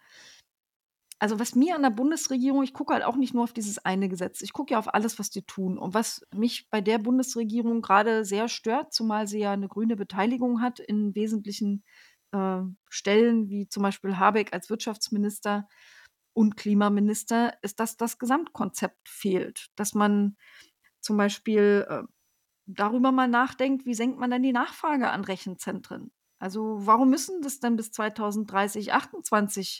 also, was mir an der Bundesregierung, ich gucke halt auch nicht nur auf dieses eine Gesetz. Ich gucke ja auf alles, was die tun. Und was mich bei der Bundesregierung grade sehr stört, zumal sie ja 'ne grüne Beteiligung hat in wesentlichen, Stellen, wie zum Beispiel Habeck als Wirtschaftsminister und Klimaminister, ist, dass das Gesamtkonzept fehlt. Dass man zum Beispiel, darüber mal nachdenkt, wie senkt man denn die Nachfrage an Rechenzentren? Also, warum müssen das denn bis 2030, 28,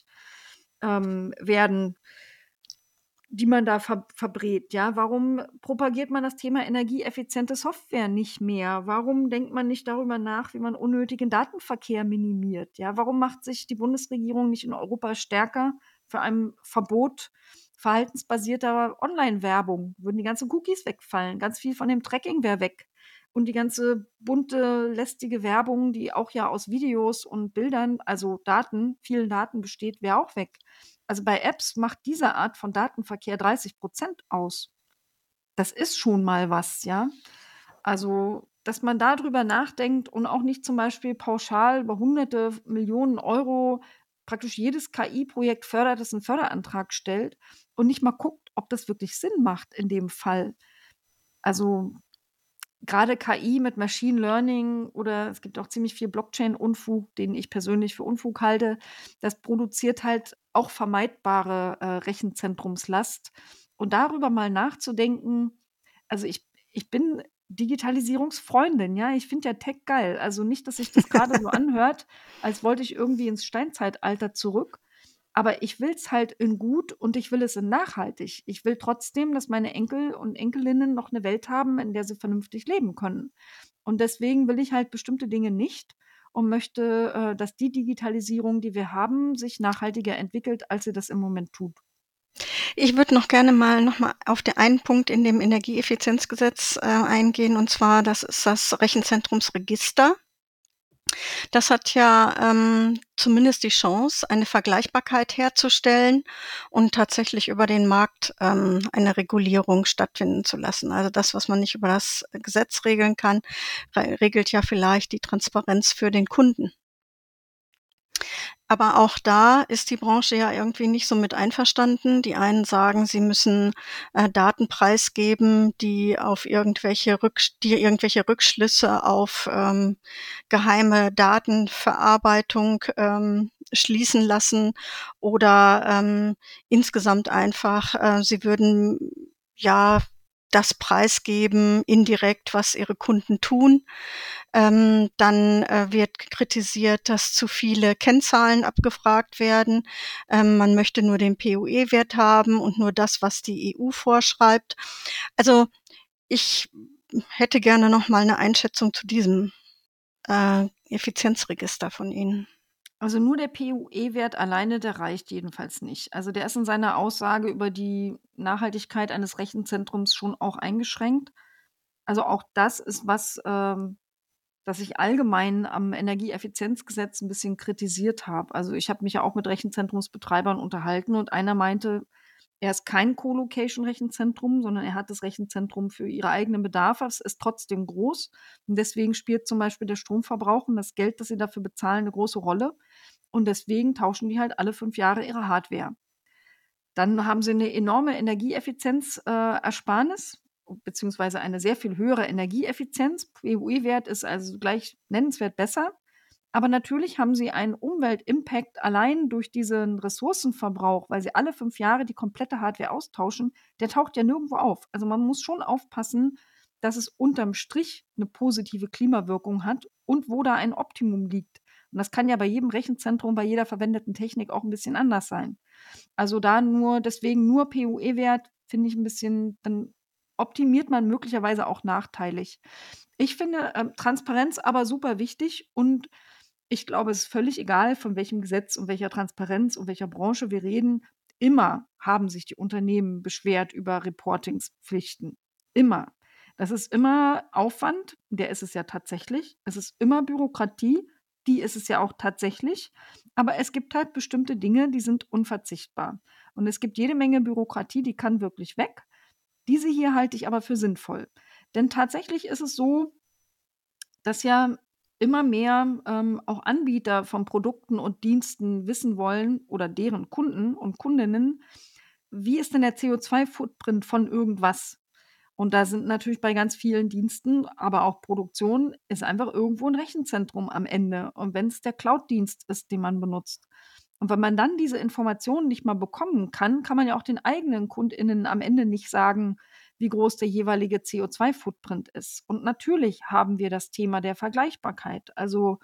werden, die man da verbrät, ja? Warum propagiert man das Thema energieeffiziente Software nicht mehr? Warum denkt man nicht darüber nach, wie man unnötigen Datenverkehr minimiert, ja? Warum macht sich die Bundesregierung nicht in Europa stärker für ein Verbot verhaltensbasierter Online-Werbung? Würden die ganzen Cookies wegfallen, ganz viel von dem Tracking wäre weg. Und die ganze bunte, lästige Werbung, die auch ja aus Videos und Bildern, also Daten, vielen Daten besteht, wäre auch weg. Also, bei Apps macht diese Art von Datenverkehr 30% aus. Das ist schon mal was, ja? Also, dass man da drüber nachdenkt und auch nicht zum Beispiel pauschal über Hunderte Millionen Euro praktisch jedes KI-Projekt fördert, das 'n Förderantrag stellt und nicht mal guckt, ob das wirklich Sinn macht in dem Fall. Also gerade KI mit Machine Learning oder es gibt auch ziemlich viel Blockchain-Unfug, den ich persönlich für Unfug halte. Das produziert halt auch vermeidbare Rechenzentrumslast. Und darüber mal nachzudenken, also ich bin Digitalisierungsfreundin, ja. Ich finde ja Tech geil. Also nicht, dass sich das gerade so anhört, als wollte ich irgendwie ins Steinzeitalter zurück. Aber ich will es halt in gut und ich will es in nachhaltig. Ich will trotzdem, dass meine Enkel und Enkelinnen noch eine Welt haben, in der sie vernünftig leben können. Und deswegen will ich halt bestimmte Dinge nicht und möchte, dass die Digitalisierung, die wir haben, sich nachhaltiger entwickelt, als sie das im Moment tut. Ich würde noch gerne mal noch mal auf den einen Punkt in dem Energieeffizienzgesetz eingehen, und zwar das ist das Rechenzentrumsregister. Das hat ja zumindest die Chance, eine Vergleichbarkeit herzustellen und tatsächlich über den Markt eine Regulierung stattfinden zu lassen. Also das, was man nicht über das Gesetz regeln kann, regelt ja vielleicht die Transparenz für den Kunden. Aber auch da ist die Branche ja irgendwie nicht so mit einverstanden. Die einen sagen, sie müssen Daten preisgeben, die auf irgendwelche Rückschlüsse auf geheime Datenverarbeitung schließen lassen, oder insgesamt einfach, sie würden ja das preisgeben indirekt, was ihre Kunden tun. Dann wird kritisiert, dass zu viele Kennzahlen abgefragt werden. Man möchte nur den PUE-Wert haben und nur das, was die EU vorschreibt. Also ich hätte gerne noch mal eine Einschätzung zu diesem Effizienzregister von Ihnen. Also nur der PUE-Wert alleine, der reicht jedenfalls nicht. Also der ist in seiner Aussage über die Nachhaltigkeit eines Rechenzentrums schon auch eingeschränkt. Also auch das ist was, das ich allgemein am Energieeffizienzgesetz ein bisschen kritisiert habe. Also ich habe mich ja auch mit Rechenzentrumsbetreibern unterhalten und einer meinte, er ist kein Co-Location-Rechenzentrum, sondern er hat das Rechenzentrum für ihre eigenen Bedarfe. Es ist trotzdem groß und deswegen spielt zum Beispiel der Stromverbrauch und das Geld, das sie dafür bezahlen, eine große Rolle. Und deswegen tauschen die halt alle 5 Jahre ihre Hardware. Dann haben sie eine enorme Energieeffizienz Ersparnis, beziehungsweise eine sehr viel höhere Energieeffizienz. PUE-Wert ist also gleich nennenswert besser. Aber natürlich haben sie einen Umweltimpact allein durch diesen Ressourcenverbrauch, weil sie alle 5 Jahre die komplette Hardware austauschen, der taucht ja nirgendwo auf. Also man muss schon aufpassen, dass es unterm Strich eine positive Klimawirkung hat und wo da ein Optimum liegt. Und das kann ja bei jedem Rechenzentrum, bei jeder verwendeten Technik auch ein bisschen anders sein. Also da deswegen nur PUE-Wert finde ich ein bisschen, dann optimiert man möglicherweise auch nachteilig. Ich finde Transparenz aber super wichtig und ich glaube, es ist völlig egal, von welchem Gesetz und welcher Transparenz und welcher Branche wir reden. Immer haben sich die Unternehmen beschwert über Reportingspflichten. Immer. Das ist immer Aufwand, der ist es ja tatsächlich. Es ist immer Bürokratie, die ist es ja auch tatsächlich. Aber es gibt halt bestimmte Dinge, die sind unverzichtbar. Und es gibt jede Menge Bürokratie, die kann wirklich weg. Diese hier halte ich aber für sinnvoll. Denn tatsächlich ist es so, dass ja immer mehr auch Anbieter von Produkten und Diensten wissen wollen oder deren Kunden und Kundinnen, wie ist denn der CO2-Footprint von irgendwas? Und da sind natürlich bei ganz vielen Diensten, aber auch Produktion, ist einfach irgendwo ein Rechenzentrum am Ende. Und wenn es der Cloud-Dienst ist, den man benutzt. Und wenn man dann diese Informationen nicht mal bekommen kann, kann man ja auch den eigenen KundInnen am Ende nicht sagen, wie groß der jeweilige CO2-Footprint ist. Und natürlich haben wir das Thema der Vergleichbarkeit. Also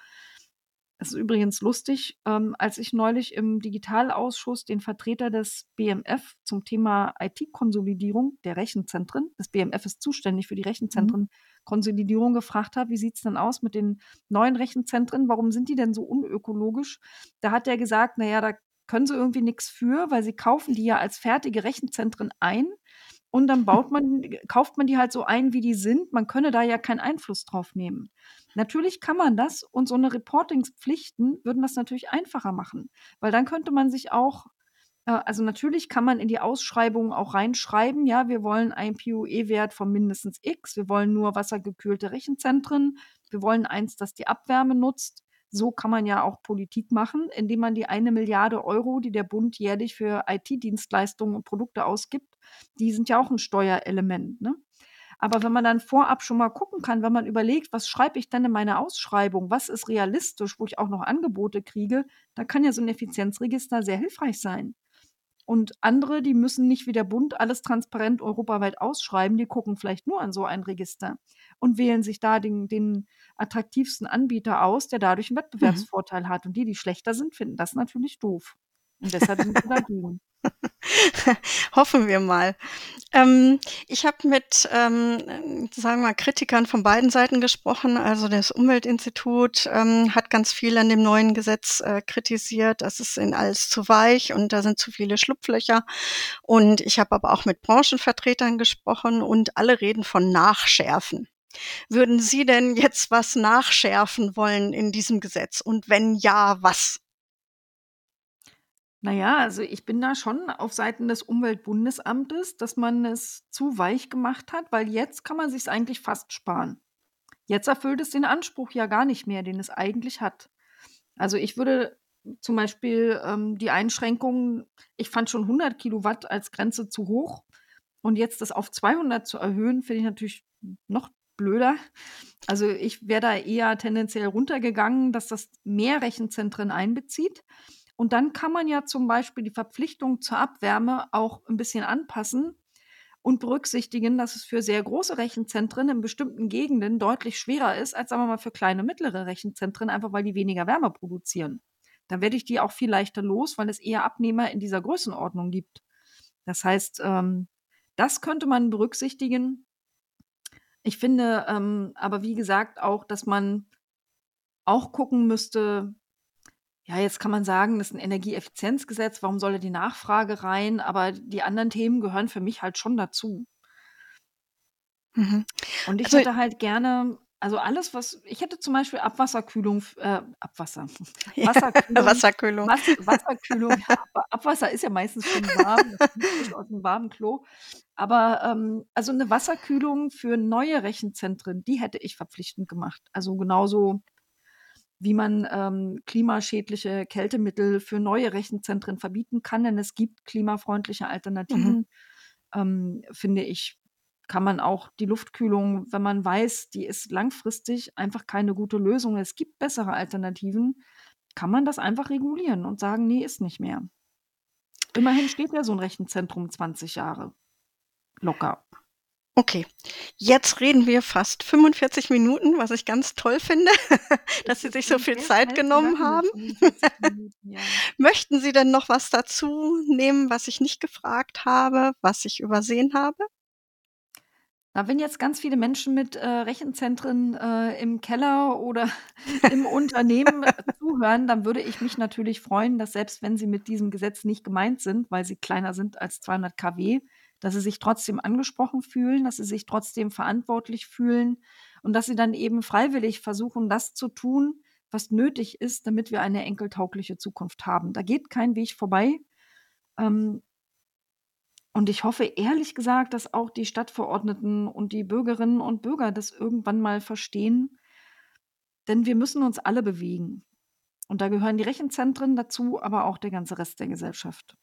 es ist übrigens lustig, als ich neulich im Digitalausschuss den Vertreter des BMF zum Thema IT-Konsolidierung der Rechenzentren, das BMF ist zuständig für die Rechenzentren-Konsolidierung, gefragt habe, wie sieht es denn aus mit den neuen Rechenzentren? Warum sind die denn so unökologisch? Da hat er gesagt, naja, da können sie irgendwie nichts für, weil sie kaufen die ja als fertige Rechenzentren ein und dann kauft man die halt so ein, wie die sind. Man könne da ja keinen Einfluss drauf nehmen. Natürlich kann man das und so eine Reportingspflichten würden das natürlich einfacher machen, weil dann könnte man sich auch also natürlich kann man in die Ausschreibung auch reinschreiben, ja, wir wollen einen PUE-Wert von mindestens X, wir wollen nur wassergekühlte Rechenzentren, wir wollen eins, das die Abwärme nutzt. So kann man ja auch Politik machen, indem man die 1 Milliarde Euro, die der Bund jährlich für IT-Dienstleistungen und Produkte ausgibt, Die sind ja auch ein Steuerelement, ne? Aber wenn man dann vorab schon mal gucken kann, wenn man überlegt, was schreibe ich denn in meine Ausschreibung, was ist realistisch, wo ich auch noch Angebote kriege, da kann ja so ein Effizienzregister sehr hilfreich sein. Und andere, die müssen nicht wie der Bund alles transparent europaweit ausschreiben, die gucken vielleicht nur an so ein Register und wählen sich da den attraktivsten Anbieter aus, der dadurch einen Mhm. Wettbewerbsvorteil hat. Und die, die schlechter sind, finden das natürlich doof. Und deshalb sind sie dagegen. Hoffen wir mal. Ich habe mit, sagen wir mal, Kritikern von beiden Seiten gesprochen. Also das Umweltinstitut hat ganz viel an dem neuen Gesetz kritisiert. Das ist ihnen alles zu weich und da sind zu viele Schlupflöcher. Und ich habe aber auch mit Branchenvertretern gesprochen und alle reden von Nachschärfen. Würden Sie denn jetzt was nachschärfen wollen in diesem Gesetz? Und wenn ja, was? Na ja, also ich bin da schon auf Seiten des Umweltbundesamtes, dass man es zu weich gemacht hat, weil jetzt kann man sich's eigentlich fast sparen. Jetzt erfüllt es den Anspruch ja gar nicht mehr, den es eigentlich hat. Also, ich würde zum Beispiel, die Einschränkungen ich fand schon 100 Kilowatt als Grenze zu hoch und jetzt das auf 200 zu erhöhen, finde ich natürlich noch blöder. Also, ich wäre da eher tendenziell runtergegangen, dass das mehr Rechenzentren einbezieht. Und dann kann man ja zum Beispiel die Verpflichtung zur Abwärme auch ein bisschen anpassen und berücksichtigen, dass es für sehr große Rechenzentren in bestimmten Gegenden deutlich schwerer ist als, sagen wir mal, für kleine, mittlere Rechenzentren, einfach weil die weniger Wärme produzieren. Dann werde ich die auch viel leichter los, weil es eher Abnehmer in dieser Größenordnung gibt. Das heißt, das könnte man berücksichtigen. Ich finde, aber wie gesagt auch, dass man auch gucken müsste, ja, jetzt kann man sagen, das ist ein Energieeffizienzgesetz, warum soll da die Nachfrage rein? Aber die anderen Themen gehören für mich halt schon dazu. Mhm. Und ich Also hätte halt gerne also alles, was ich hätte zum Beispiel Abwasserkühlung Abwasser ja, Wasserkühlung Wasserkühlung. Wasserkühlung, ja, Abwasser ist ja meistens schon warm, das kommt frisch aus dem warmen Klo. Aber, also eine Wasserkühlung für neue Rechenzentren, die hätte ich verpflichtend gemacht. Also genauso wie man, klimaschädliche Kältemittel für neue Rechenzentren verbieten kann, denn es gibt klimafreundliche Mhm. Alternativen, finde ich, kann man auch die Luftkühlung, wenn man weiß, die ist langfristig einfach keine gute Lösung, es gibt bessere Alternativen, kann man das einfach regulieren und sagen: „Ne, ist nicht mehr.“ Immerhin steht ja so 'n Rechenzentrum 20 Jahre locker. Okay, jetzt reden wir fast 45 Minuten, was ich ganz toll finde, dass Es Sie ist sich so sind viel sehr Zeit schnell genommen vergangen, die haben. 45 Minuten, ja. Möchten Sie denn noch was dazu nehmen, was ich nicht gefragt habe, was ich übersehen habe? Na, wenn jetzt ganz viele Menschen mit, Rechenzentren, im Keller oder im Unternehmen zuhören, dann würde ich mich natürlich freuen, dass selbst wenn sie mit diesem Gesetz nicht gemeint sind, weil sie kleiner sind als 200 kW, dass sie sich trotzdem angesprochen fühlen, dass sie sich trotzdem verantwortlich fühlen und dass sie dann eben freiwillig versuchen, das zu tun, was nötig ist, damit wir eine enkeltaugliche Zukunft haben. Da geht kein Weg vorbei. Ähm, und ich hoffe ehrlich gesagt, dass auch die Stadtverordneten und die Bürgerinnen und Bürger das irgendwann mal verstehen, denn wir müssen uns alle bewegen. Und da gehören die Rechenzentren dazu, aber auch der ganze Rest der Gesellschaft.